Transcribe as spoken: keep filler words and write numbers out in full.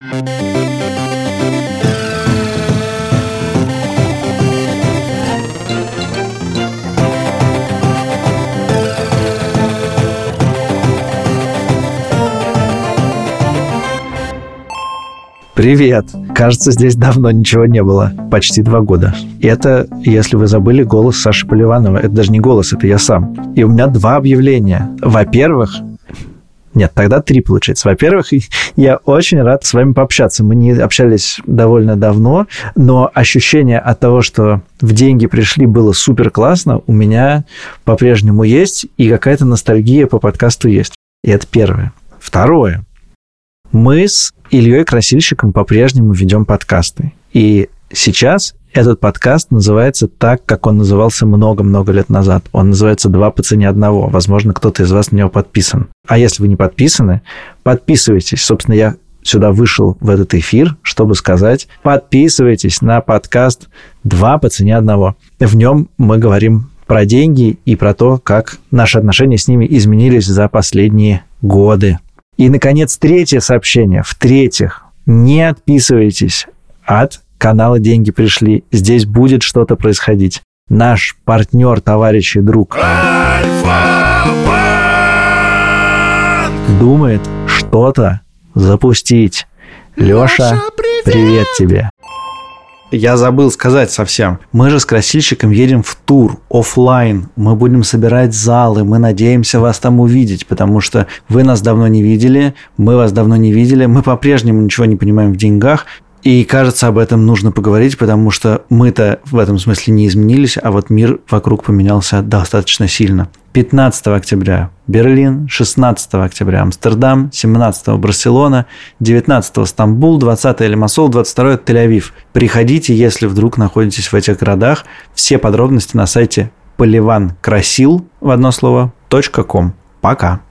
Привет! Кажется, здесь давно ничего не было. Почти два года. И это, если вы забыли, голос Саши Поливанова. Это даже не голос, это я сам. И у меня два объявления. Во-первых... Нет, тогда три, получается. Во-первых, я очень рад с вами пообщаться. Мы не общались довольно давно, но ощущение от того, что в деньги пришли, было супер классно, у меня по-прежнему есть, и какая-то ностальгия по подкасту есть. И это первое. Второе. Мы с Ильей Красильщиком по-прежнему ведем подкасты. И сейчас этот подкаст называется так, как он назывался много-много лет назад. Он называется «Два по цене одного». Возможно, кто-то из вас на него подписан. А если вы не подписаны, подписывайтесь. Собственно, я сюда вышел в этот эфир, чтобы сказать, подписывайтесь на подкаст «Два по цене одного». В нем мы говорим про деньги и про то, как наши отношения с ними изменились за последние годы. И, наконец, третье сообщение. В-третьих, не отписывайтесь от канала «Деньги пришли». Здесь будет что-то происходить. Наш партнер, товарищ и друг думает что-то запустить. Леша, привет, привет тебе. Я забыл сказать совсем. Мы же с Красильщиком едем в тур, офлайн. Мы будем собирать залы. Мы надеемся вас там увидеть, потому что вы нас давно не видели, мы вас давно не видели. Мы по-прежнему ничего не понимаем в деньгах. И, кажется, об этом нужно поговорить, потому что мы-то в этом смысле не изменились, а вот мир вокруг поменялся достаточно сильно. пятнадцатого октября Берлин, шестнадцатого октября Амстердам, семнадцатого Барселона, девятнадцатого Стамбул, двадцатого Лимассол, двадцать второго Тель-Авив. Приходите, если вдруг находитесь в этих городах. Все подробности на сайте поливанкрасил в одно слово .ком. Пока!